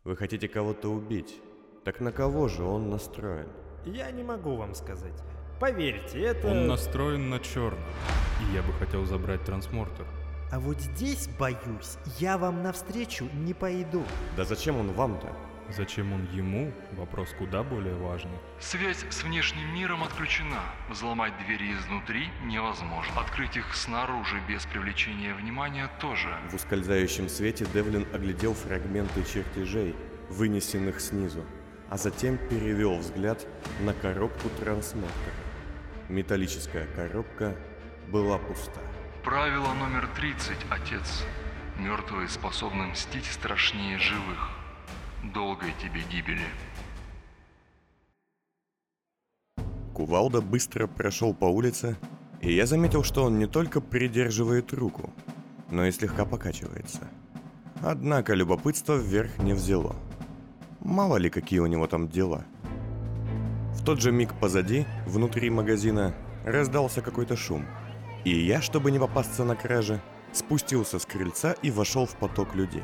Вы хотите кого-то убить. Так на кого же он настроен? Я не могу вам сказать. Поверьте, это... Он настроен на черный, и я бы хотел забрать трансмортер. А вот здесь, боюсь, я вам навстречу не пойду. Да зачем он вам-то? Зачем он ему? Вопрос куда более важный. Связь с внешним миром отключена. Взломать двери изнутри невозможно. Открыть их снаружи без привлечения внимания тоже. В ускользающем свете Девлин оглядел фрагменты чертежей, вынесенных снизу, а затем перевел взгляд на коробку трансмортера. Металлическая коробка была пуста. Правило номер 30, отец. Мертвые способны мстить страшнее живых. Долгой тебе гибели. Кувалда быстро прошел по улице, и я заметил, что он не только придерживает руку, но и слегка покачивается. Однако любопытство вверх не взяло. Мало ли, какие у него там дела. В тот же миг позади, внутри магазина, раздался какой-то шум. И я, чтобы не попасться на краже, спустился с крыльца и вошел в поток людей.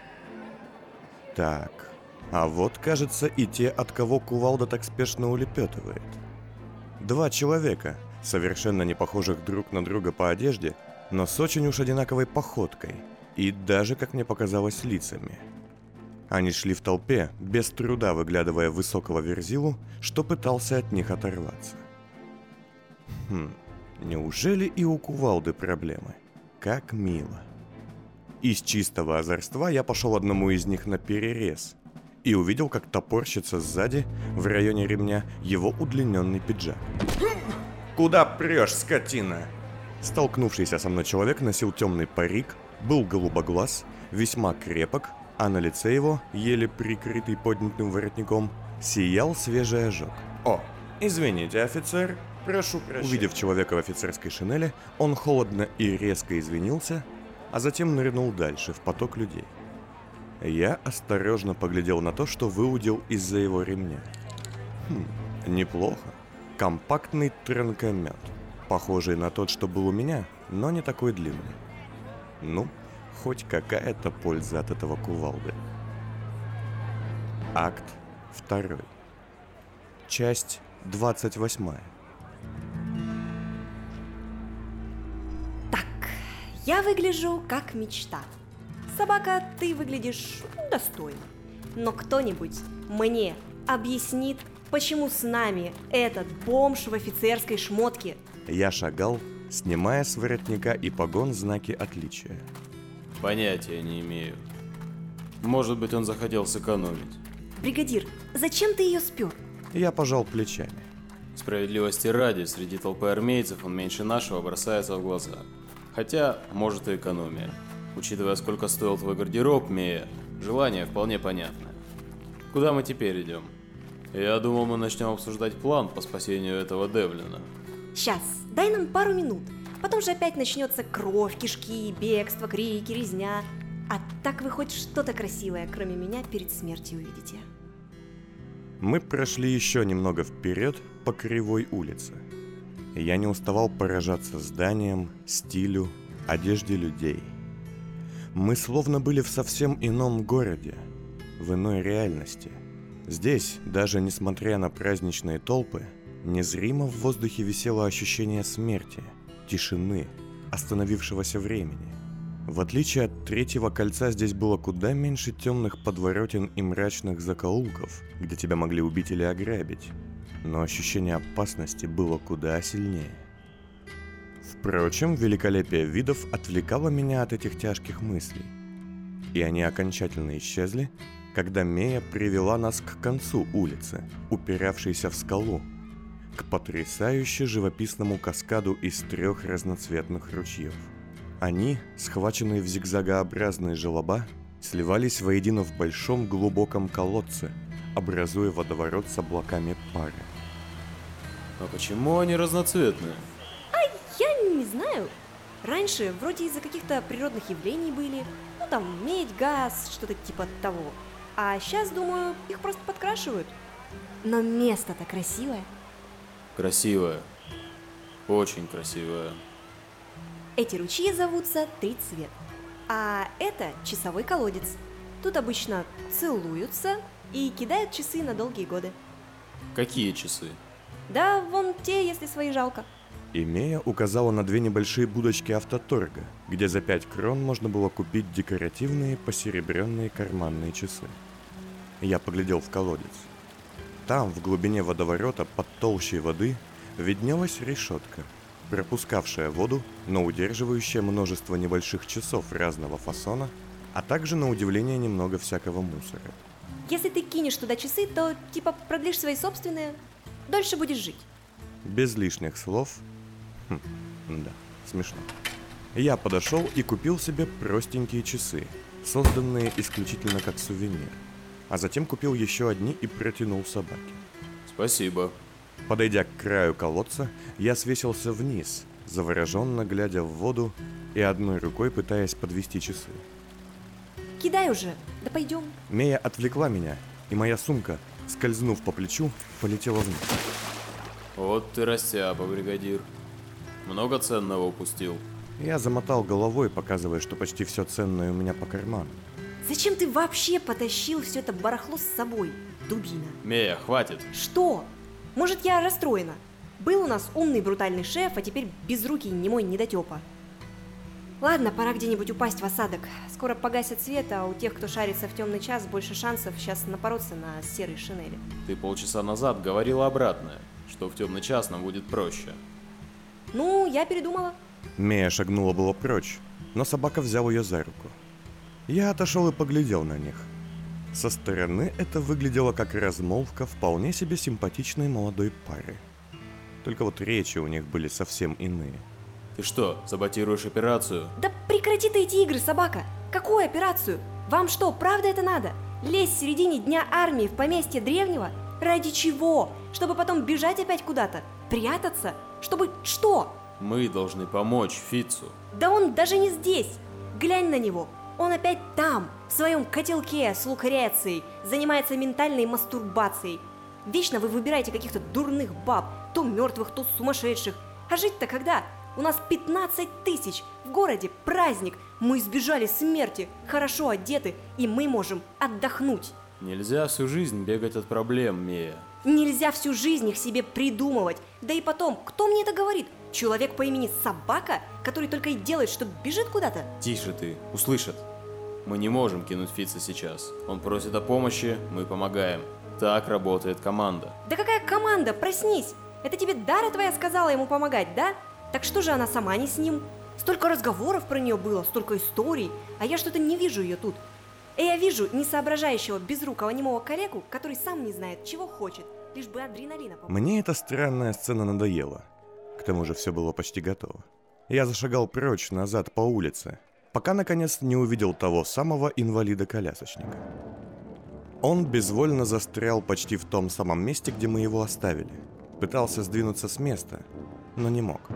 Так, а вот, кажется, и те, от кого Кувалда так спешно улепетывает. Два человека, совершенно не похожих друг на друга по одежде, но с очень уж одинаковой походкой и даже, как мне показалось, лицами. Они шли в толпе, без труда выглядывая высокого верзилу, что пытался от них оторваться. Неужели и у Кувалды проблемы? Как мило. Из чистого озорства я пошел одному из них на перерез и увидел, как топорщится сзади, в районе ремня, его удлиненный пиджак. «Куда прешь, скотина?» Столкнувшийся со мной человек носил темный парик, был голубоглаз, весьма крепок, а на лице его, еле прикрытый поднятым воротником, сиял свежий ожог. «О, извините, офицер, прошу прощения». Увидев человека в офицерской шинели, он холодно и резко извинился, а затем нырнул дальше, в поток людей. Я осторожно поглядел на то, что выудил из-за его ремня. Неплохо. Компактный транкомет, похожий на тот, что был у меня, но не такой длинный. Ну, хоть какая-то польза от этого кувалды. Акт 2. Часть 28. Так, я выгляжу как мечта. Собака, ты выглядишь достойно. Но кто-нибудь мне объяснит, почему с нами этот бомж в офицерской шмотке? Я шагал, снимая с воротника и погон знаки отличия. Понятия не имею. Может быть, он захотел сэкономить. Бригадир, зачем ты ее спер? Я пожал плечами. Справедливости ради, среди толпы армейцев он меньше нашего бросается в глаза. Хотя, может, и экономия. Учитывая, сколько стоил твой гардероб, Мея, желание вполне понятно. Куда мы теперь идем? Я думал, мы начнем обсуждать план по спасению этого Девлина. Сейчас, дай нам пару минут. Потом же опять начнется кровь, кишки, бегство, крики, резня. А так вы хоть что-то красивое, кроме меня, перед смертью увидите. Мы прошли еще немного вперед по кривой улице. Я не уставал поражаться зданиям, стилю, одежде людей. Мы словно были в совсем ином городе, в иной реальности. Здесь, даже несмотря на праздничные толпы, незримо в воздухе висело ощущение смерти, тишины, остановившегося времени. В отличие от Третьего кольца, здесь было куда меньше темных подворотен и мрачных закоулков, где тебя могли убить или ограбить, но ощущение опасности было куда сильнее. Впрочем, великолепие видов отвлекало меня от этих тяжких мыслей, и они окончательно исчезли, когда Мея привела нас к концу улицы, упиравшейся в скалу, к потрясающе живописному каскаду из 3 разноцветных ручьев. Они, схваченные в зигзагообразные желоба, сливались воедино в большом глубоком колодце, образуя водоворот с облаками пара. А почему они разноцветные? Я не знаю. Раньше вроде из-за каких-то природных явлений были. Ну там медь, газ, что-то типа того. А сейчас, думаю, их просто подкрашивают. Но место-то красивое. Красивое. Очень красивое. Эти ручьи зовутся Трицвет. А это часовой колодец. Тут обычно целуются и кидают часы на долгие годы. Какие часы? Да, вон те, если свои жалко. И Мея указала на 2 небольшие будочки автоторга, где за 5 крон можно было купить декоративные посеребренные карманные часы. Я поглядел в колодец. Там, в глубине водоворота, под толщей воды, виднелась решетка, пропускавшая воду, но удерживающая множество небольших часов разного фасона, а также, на удивление, немного всякого мусора. Если ты кинешь туда часы, то типа продлишь свои собственные, дольше будешь жить. Без лишних слов. Да, смешно. Я подошел и купил себе простенькие часы, созданные исключительно как сувенир. А затем купил еще одни и протянул собаке. Спасибо. Подойдя к краю колодца, я свесился вниз, завороженно глядя в воду и одной рукой пытаясь подвести часы. Кидай уже, да пойдем. Мея отвлекла меня, и моя сумка, скользнув по плечу, полетела вниз. Вот ты растяпа, бригадир. Много ценного упустил. Я замотал головой, показывая, что почти все ценное у меня по карману. Зачем ты вообще потащил все это барахло с собой, дубина? Мея, хватит. Что? Может, я расстроена? Был у нас умный брутальный шеф, а теперь безрукий немой недотепа. Ладно, пора где-нибудь упасть в осадок. Скоро погасит свет, а у тех, кто шарится в темный час, больше шансов сейчас напороться на серые шинели. Ты полчаса назад говорила обратное, что в темный час нам будет проще. Ну, я передумала. Мея шагнула было прочь, но собака взял ее за руку. Я отошел и поглядел на них. Со стороны это выглядело как размолвка вполне себе симпатичной молодой пары. Только вот речи у них были совсем иные. Ты что, саботируешь операцию? Да прекрати ты эти игры, собака! Какую операцию? Вам что, правда это надо? Лезть в середине дня армии в поместье древнего? Ради чего? Чтобы потом бежать опять куда-то? Прятаться? Чтобы что? Мы должны помочь Фицу. Да он даже не здесь! Глянь на него! Он опять там, в своем котелке с Лукрецией, занимается ментальной мастурбацией. Вечно вы выбираете каких-то дурных баб, то мертвых, то сумасшедших. А жить-то когда? У нас 15 тысяч, в городе праздник, мы избежали смерти, хорошо одеты, и мы можем отдохнуть. Нельзя всю жизнь бегать от проблем, Мея. Нельзя всю жизнь их себе придумывать. Да и потом, кто мне это говорит? Человек по имени Собака, который только и делает, что бежит куда-то? Тише ты, услышат. Мы не можем кинуть Фица сейчас. Он просит о помощи, мы помогаем. Так работает команда. Да какая команда? Проснись! Это тебе Дара твоя сказала ему помогать, да? Так что же она сама не с ним? Столько разговоров про нее было, столько историй, а я что-то не вижу ее тут. И я вижу несоображающего безрукого немого коллегу, который сам не знает, чего хочет, лишь бы адреналина побольше. Мне эта странная сцена надоела. К тому же все было почти готово. Я зашагал прочь назад по улице, пока наконец не увидел того самого инвалида-колясочника. Он безвольно застрял почти в том самом месте, где мы его оставили. Пытался сдвинуться с места, но не мог.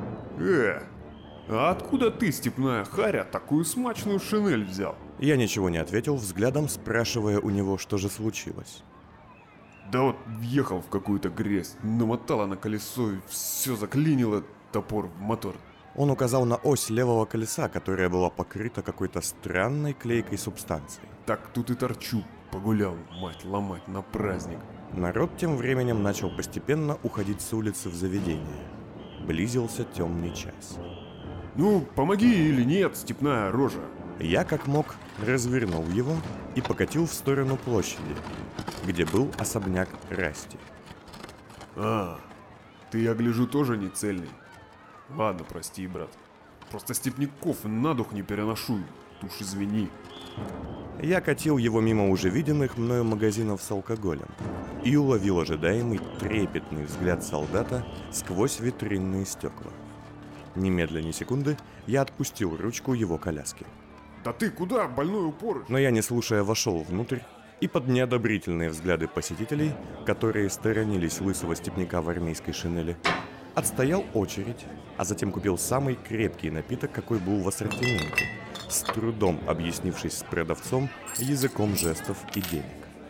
А откуда ты, степная харя, такую смачную шинель взял? Я ничего не ответил, взглядом спрашивая у него, что же случилось. Да вот въехал в какую-то грязь, намотала на колесо и все заклинило, топор в мотор. Он указал на ось левого колеса, которая была покрыта какой-то странной клейкой субстанцией. Так тут и торчу, погулял, мать ломать, на праздник. Народ тем временем начал постепенно уходить с улицы в заведение. Близился темный час. Ну, помоги или нет, степная рожа. Я, как мог, развернул его и покатил в сторону площади, где был особняк Расти. Ты, я гляжу, тоже не цельный. Ладно, прости, брат. Просто степняков на дух не переношу, уж извини. Я катил его мимо уже виденных мною магазинов с алкоголем и уловил ожидаемый трепетный взгляд солдата сквозь витринные стекла. Немедленно ни секунды я отпустил ручку его коляски. Да ты куда, больной упорыш? Но я, не слушая, вошел внутрь и под неодобрительные взгляды посетителей, которые сторонились лысого степняка в армейской шинели, отстоял очередь, а затем купил самый крепкий напиток, какой был в ассортименте, с трудом объяснившись с продавцом языком жестов и денег.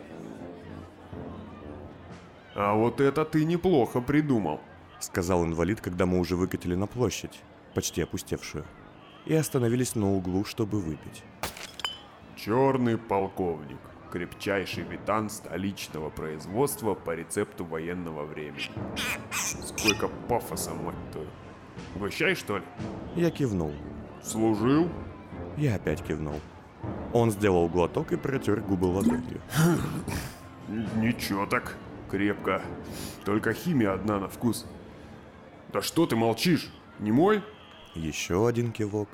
А вот это ты неплохо придумал, сказал инвалид, когда мы уже выкатили на площадь, почти опустевшую, и остановились на углу, чтобы выпить. Черный полковник. Крепчайший ветан столичного производства по рецепту военного времени. Сколько пафоса, мать твою. Угощай, что ли? Я кивнул. Служил? Я опять кивнул. Он сделал глоток и протер губы ладонью. Ничего так, крепко. Только химия одна на вкус. Да что ты молчишь? Не мой? Еще один кивок.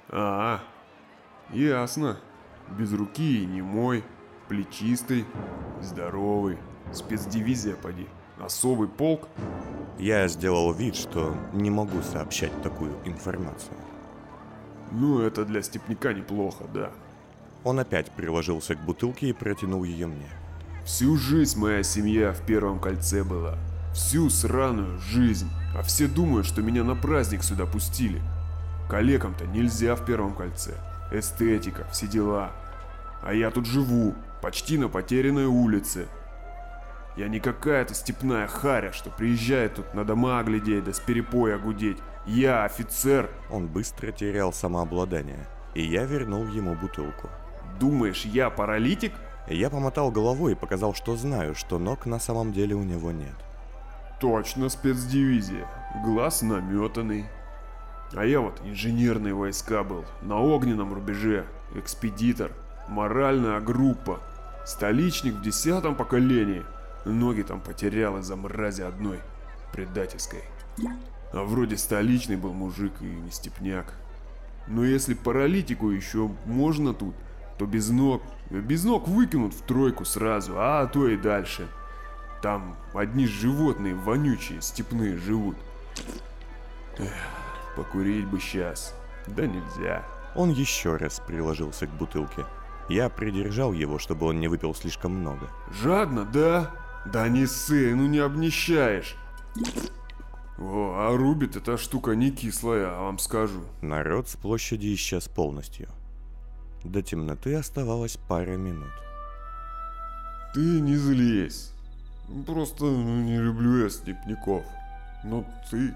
Ясно. Без руки и не мой. Плечистый, здоровый. Спецдивизия, поди. Особый полк. Я сделал вид, что не могу сообщать такую информацию. Ну, это для степняка неплохо, да. Он опять приложился к бутылке и протянул ее мне. Всю жизнь моя семья в Первом кольце была. Всю сраную жизнь. А все думают, что меня на праздник сюда пустили. Калекам-то нельзя в Первом кольце. Эстетика, все дела. А я тут живу, почти на потерянной улице. Я не какая-то степная харя, что приезжает тут на дома глядеть да с перепоя гудеть. Я офицер. Он быстро терял самообладание, и я вернул ему бутылку. Думаешь, я паралитик? Я помотал головой и показал, что знаю, что ног на самом деле у него нет. Точно спецдивизия. Глаз наметанный. А я вот инженерные войска был. На огненном рубеже. Экспедитор. Моральная группа. Столичник в 10-м поколении. Ноги там потерял из-за мрази одной. Предательской. А вроде столичный был мужик и не степняк. Но если паралитику еще можно тут, то без ног выкинут в тройку сразу, а то и дальше. Там одни животные вонючие, степные живут. Эх, покурить бы сейчас. Да нельзя. Он еще раз приложился к бутылке. Я придержал его, чтобы он не выпил слишком много. Жадно, да? Да не ссы, ну не обнищаешь. О, а рубит эта штука не кислая, а вам скажу. Народ с площади исчез полностью. До темноты оставалось пара минут. Ты не злись. Просто не люблю я степняков. Но ты...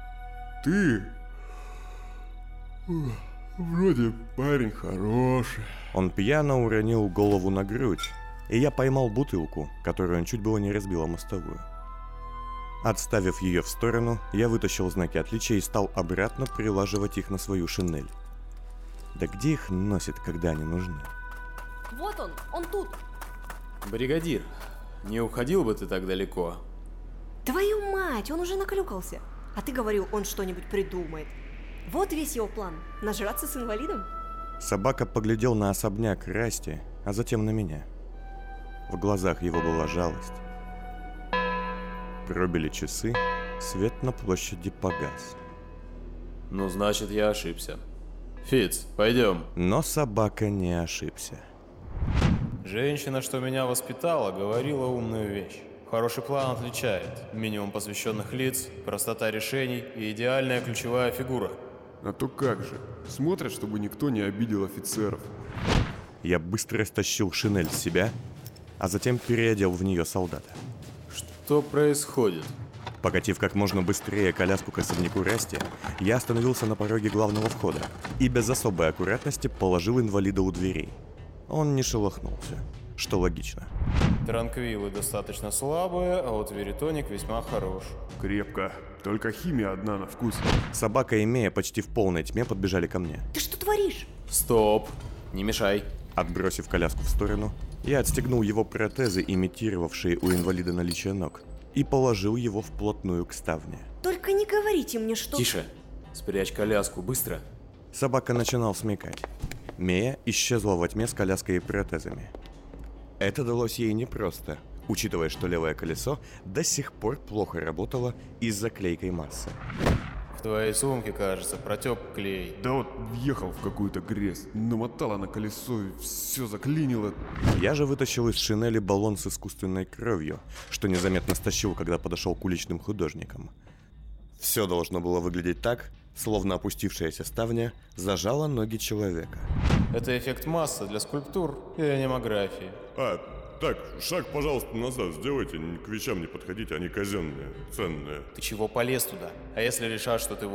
Вроде парень хороший. Он пьяно уронил голову на грудь, и я поймал бутылку, которую он чуть было не разбил о мостовую. Отставив ее в сторону, я вытащил знаки отличия и стал обратно прилаживать их на свою шинель. Да где их носит, когда они нужны? Вот он тут. Бригадир, не уходил бы ты так далеко? Твою мать, он уже наклюкался. А ты говорил, он что-нибудь придумает. Вот весь его план. Нажраться с инвалидом? Собака поглядел на особняк Расти, а затем на меня. В глазах его была жалость. Пробили часы, свет на площади погас. Ну, значит, я ошибся. Фиц, пойдем. Но собака не ошибся. Женщина, что меня воспитала, говорила умную вещь. Хороший план отличает. Минимум посвященных лиц, простота решений и идеальная ключевая фигура. А то как же. Смотрят, чтобы никто не обидел офицеров. Я быстро стащил шинель с себя, а затем переодел в нее солдата. Что происходит? Покатив как можно быстрее коляску к особняку Расти, я остановился на пороге главного входа и без особой аккуратности положил инвалида у дверей. Он не шелохнулся, что логично. Транквилы достаточно слабые, а вот веритоник весьма хорош. Крепко. Только химия одна на вкус. Собака и Мея почти в полной тьме подбежали ко мне. Ты что творишь? Стоп! Не мешай. Отбросив коляску в сторону, я отстегнул его протезы, имитировавшие у инвалида наличие ног, и положил его вплотную к ставне. Только не говорите мне, что... Тише! Спрячь коляску, быстро! Собака начинал смекать. Мея исчезла во тьме с коляской и протезами. Это далось ей непросто, учитывая, что левое колесо до сих пор плохо работало из-за клейкой массы. В твоей сумке, кажется, протек клей. Да вот въехал в какую-то грязь, намотала на колесо и все заклинило. Я же вытащил из шинели баллон с искусственной кровью, что незаметно стащил, когда подошел к уличным художникам. Все должно было выглядеть так, словно опустившаяся ставня зажала ноги человека. Это эффект массы для скульптур и анимографии. Так, шаг, пожалуйста, назад сделайте, к вещам не подходите, они казенные, ценные. Ты чего полез туда? А если решат, что ты вор?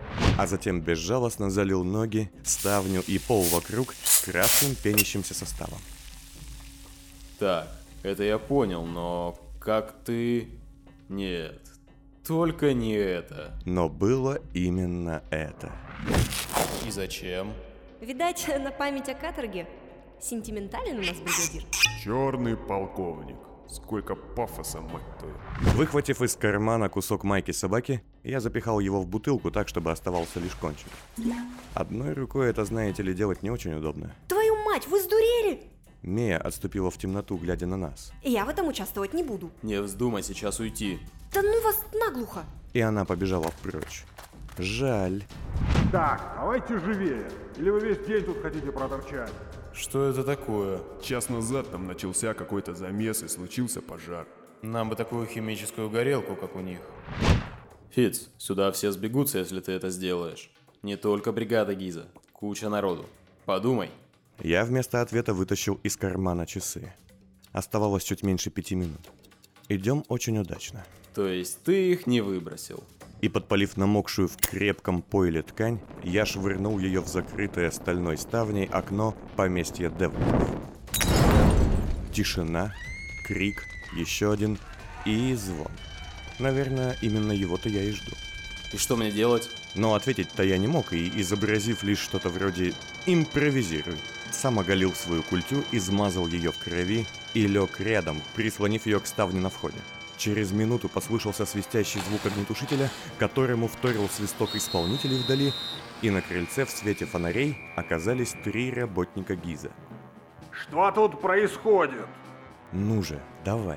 а затем безжалостно залил ноги, ставню и пол вокруг красным пенящимся составом. Так, это я понял, но как ты... Нет, только не это. Но было именно это. И зачем? Видать, на память о каторге. Сентиментален у нас бригадир. Черный полковник. Сколько пафоса, мать твою. Выхватив из кармана кусок майки собаки, я запихал его в бутылку так, чтобы оставался лишь кончик. Одной рукой это, знаете ли, делать не очень удобно. Твою мать, вы сдурели? Мия отступила в темноту, глядя на нас. Я в этом участвовать не буду. Не вздумай сейчас уйти. Да ну вас наглухо. И она побежала прочь. Жаль. Так, давайте живее. Или вы весь день тут хотите проторчать? Что это такое? Час назад там начался какой-то замес и случился пожар. Нам бы такую химическую горелку, как у них. Фиц, сюда все сбегутся, если ты это сделаешь. Не только бригада Гиза. Куча народу. Подумай. Я вместо ответа вытащил из кармана часы. Оставалось чуть меньше 5 минут. Идем очень удачно. То есть ты их не выбросил? И подпалив намокшую в крепком пойле ткань, я швырнул ее в закрытое стальной ставней окно поместья Девлинов. Тишина, крик, еще один и звон. Наверное, именно его-то я и жду. И что мне делать? Но ответить-то я не мог, и, изобразив лишь что-то вроде «импровизируй», сам оголил свою культю, измазал ее в крови и лег рядом, прислонив ее к ставне на входе. Через минуту послышался свистящий звук огнетушителя, которому вторил свисток исполнителей вдали, и на крыльце в свете фонарей оказались 3 работника Гиза. Что тут происходит? Ну же, давай.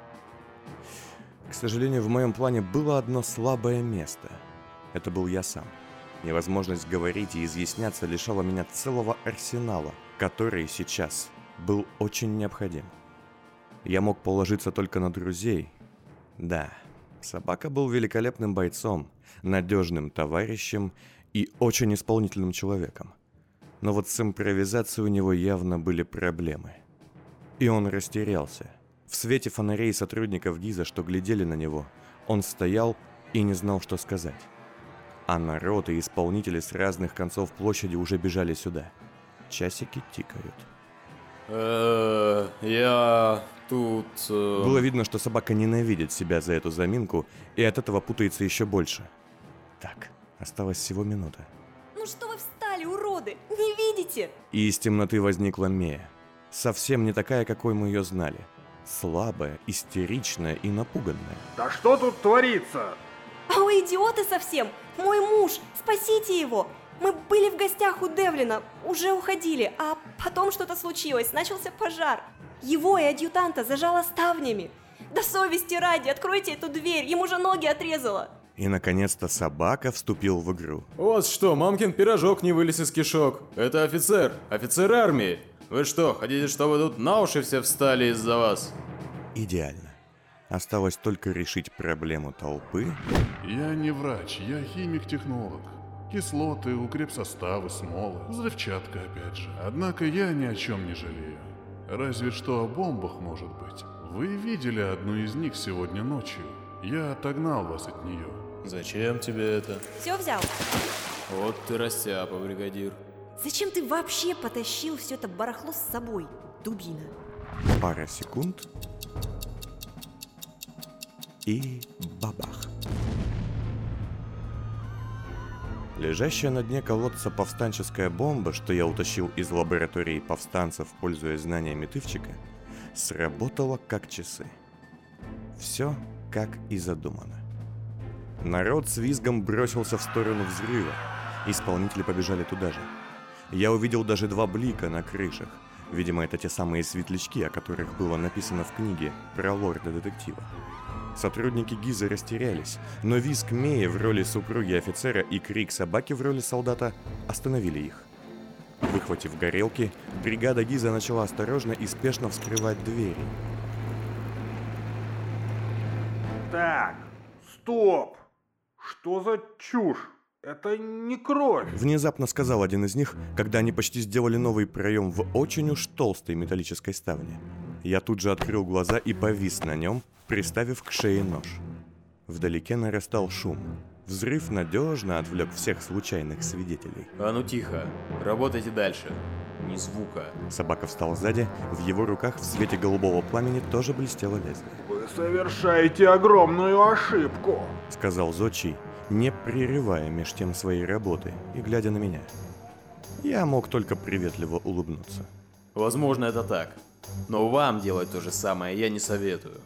К сожалению, в моем плане было одно слабое место. Это был я сам. Невозможность говорить и изъясняться лишала меня целого арсенала, который сейчас был очень необходим. Я мог положиться только на друзей. Да, собака был великолепным бойцом, надежным товарищем и очень исполнительным человеком. Но вот с импровизацией у него явно были проблемы. И он растерялся. В свете фонарей сотрудников Гиза, что глядели на него, он стоял и не знал, что сказать. А народ и исполнители с разных концов площади уже бежали сюда. Часики тикают. Я тут... Было видно, что собака ненавидит себя за эту заминку и от этого путается еще больше. Так, осталась всего минута. Ну что вы встали, уроды? Не видите? И из темноты возникла Мея. Совсем не такая, какой мы ее знали. Слабая, истеричная и напуганная. Да что тут творится? А вы идиоты совсем? Мой муж, спасите его! Мы были в гостях у Девлина, уже уходили, а потом что-то случилось, начался пожар. Его и адъютанта зажало ставнями. Да совести ради, откройте эту дверь, ему же ноги отрезало. И наконец-то собака вступил в игру. Вот что, мамкин пирожок не вылез из кишок. Это офицер армии. Вы что, хотите, чтобы тут на уши все встали из-за вас? Идеально. Осталось только решить проблему толпы. Я не врач, я химик-технолог. Кислоты, укрепсоставы, смолы, взрывчатка опять же. Однако я ни о чем не жалею. Разве что о бомбах, может быть. Вы видели одну из них сегодня ночью. Я отогнал вас от нее. Зачем тебе это? Все взял? Вот ты растяпа, бригадир. Зачем ты вообще потащил все это барахло с собой, дубина? Пара секунд. И бабах. Лежащая на дне колодца повстанческая бомба, что я утащил из лаборатории повстанцев, пользуясь знаниями тывчика, сработала как часы. Все как и задумано. Народ с визгом бросился в сторону взрыва. Исполнители побежали туда же. Я увидел даже 2 блика на крышах. Видимо, это те самые светлячки, о которых было написано в книге про лорда-детектива. Сотрудники Гиза растерялись, но визг Меи в роли супруги офицера и крик собаки в роли солдата остановили их. Выхватив горелки, бригада Гиза начала осторожно и спешно вскрывать двери. Так, стоп! Что за чушь? Это не кровь. Внезапно сказал один из них, когда они почти сделали новый проем в очень уж толстой металлической ставне. Я тут же открыл глаза и повис на нем, приставив к шее нож. Вдалеке нарастал шум. Взрыв надежно отвлек всех случайных свидетелей. А ну тихо, работайте дальше. Ни звука. Собака встал сзади, в его руках в свете голубого пламени тоже блестело лезвие. Вы совершаете огромную ошибку, сказал Зодчий, не прерывая меж тем своей работы и глядя на меня. Я мог только приветливо улыбнуться. Возможно, это так. Но вам делать то же самое я не советую.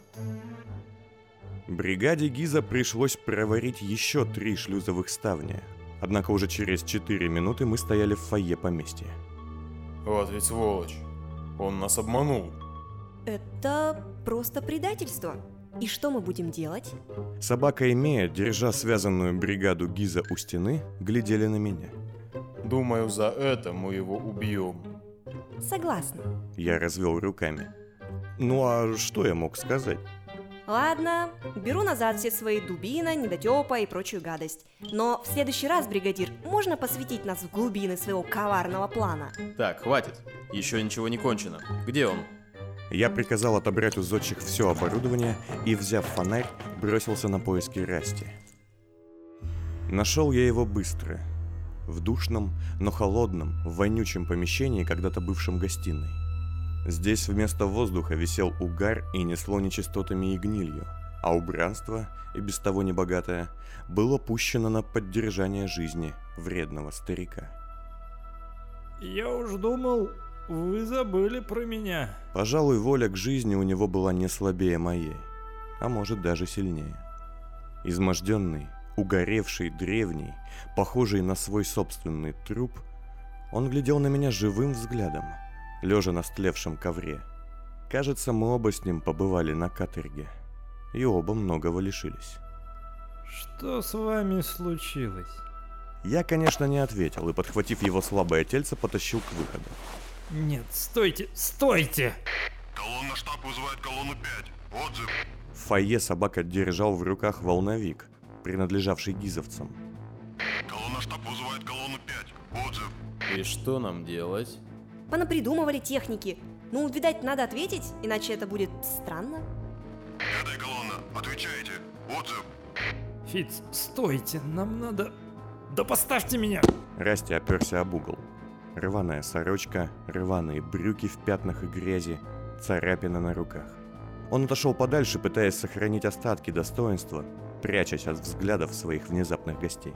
Бригаде Гиза пришлось проварить еще 3 шлюзовых ставня. Однако уже через 4 минуты мы стояли в фойе поместья. Вот ведь сволочь. Он нас обманул. Это просто предательство. И что мы будем делать? Собака и Мея, держа связанную бригаду Гиза у стены, глядели на меня. Думаю, за это мы его убьем. Согласна. Я развел руками. Ну а что я мог сказать? Ладно, беру назад все свои дубина, недотепа и прочую гадость. Но в следующий раз, бригадир, можно посвятить нас в глубины своего коварного плана? Так, хватит. Еще ничего не кончено. Где он? Я приказал отобрать у зодчих все оборудование и, взяв фонарь, бросился на поиски Расти. Нашел я его быстро. В душном, но холодном, вонючем помещении, когда-то бывшем гостиной. Здесь вместо воздуха висел угар и несло нечистотами и гнилью, а убранство, и без того небогатое, было пущено на поддержание жизни вредного старика. Я уж думал, вы забыли про меня. Пожалуй, воля к жизни у него была не слабее моей, а может даже сильнее. Изможденный, угоревший, древний, похожий на свой собственный труп, он глядел на меня живым взглядом, лежа на стлевшем ковре. Кажется, мы оба с ним побывали на каторге, и оба многого лишились. Что с вами случилось? Я, конечно, не ответил, и, подхватив его слабое тельце, потащил к выходу. Нет, стойте, стойте! Колонна штаб вызывает колонну 5. Отзыв. В фойе собака держал в руках волновик, принадлежавший гизовцам. Колонна штаб вызывает колонну 5. Отзыв. И что нам делать? Понапридумывали техники. Ну, видать, надо ответить, иначе это будет странно. 5-я колонна, отвечайте. Отзыв. Фиц, стойте, нам надо... Да поставьте меня! Расти оперся об угол. Рваная сорочка, рваные брюки в пятнах и грязи, царапина на руках. Он отошел подальше, пытаясь сохранить остатки достоинства, прячась от взглядов своих внезапных гостей.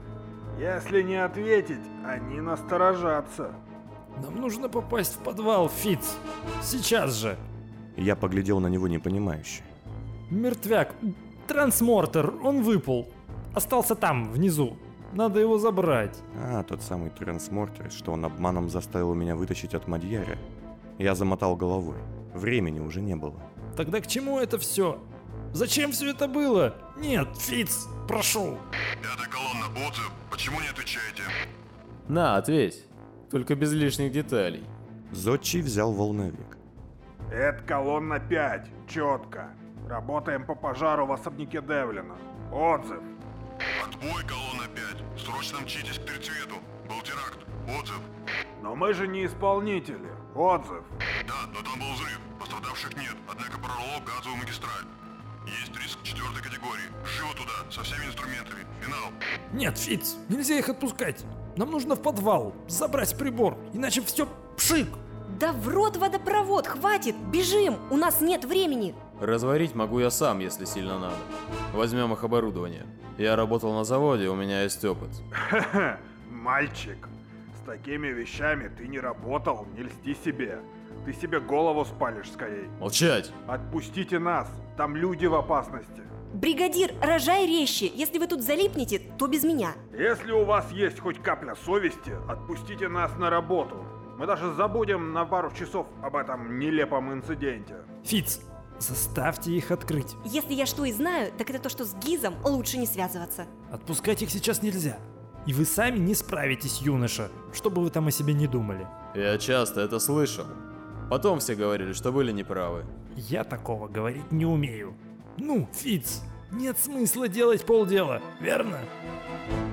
Если не ответить, они насторожатся. Нам нужно попасть в подвал, Фиц. Сейчас же. Я поглядел на него непонимающе. Мертвяк. Трансмортер, он выпал. Остался там, внизу. Надо его забрать. А, тот самый трансмортер, что он обманом заставил меня вытащить от Мадьяра. Я замотал головой. Времени уже не было. Тогда к чему это все? Зачем все это было? Нет, Фиц, прошу. 5-я колонна, отзыв. Почему не отвечаете? На, ответь. Только без лишних деталей. Зодчий взял волновик. Это колонна 5, четко. Работаем по пожару в особняке Девлина. Отзыв. Отбой, колонна 5. Срочно мчитесь к Трицвету. Был теракт. Отзыв. Но мы же не исполнители. Отзыв. Да, но там был взрыв. Пострадавших нет, однако прорвало газовую магистраль. Есть риск 4-й категории. Живо туда, со всеми инструментами. Финал. Нет, Фиц, нельзя их отпускать. Нам нужно в подвал, забрать прибор, иначе все пшик. Да в рот водопровод, хватит, бежим, у нас нет времени. Разварить могу я сам, если сильно надо. Возьмем их оборудование. Я работал на заводе, у меня есть опыт. Ха-ха, мальчик, с такими вещами ты не работал, не льсти себе. Ты себе голову спалишь скорее. Молчать! Отпустите нас, там люди в опасности. Бригадир, рожай резче, если вы тут залипнете, то без меня. Если у вас есть хоть капля совести, отпустите нас на работу. Мы даже забудем на пару часов об этом нелепом инциденте. Фиц, заставьте их открыть. Если я что и знаю, так это то, что с Гизом лучше не связываться. Отпускать их сейчас нельзя. И вы сами не справитесь, юноша, что бы вы там о себе не думали. Я часто это слышал. Потом все говорили, что были неправы. Я такого говорить не умею. Ну, Фиц, нет смысла делать полдела, верно?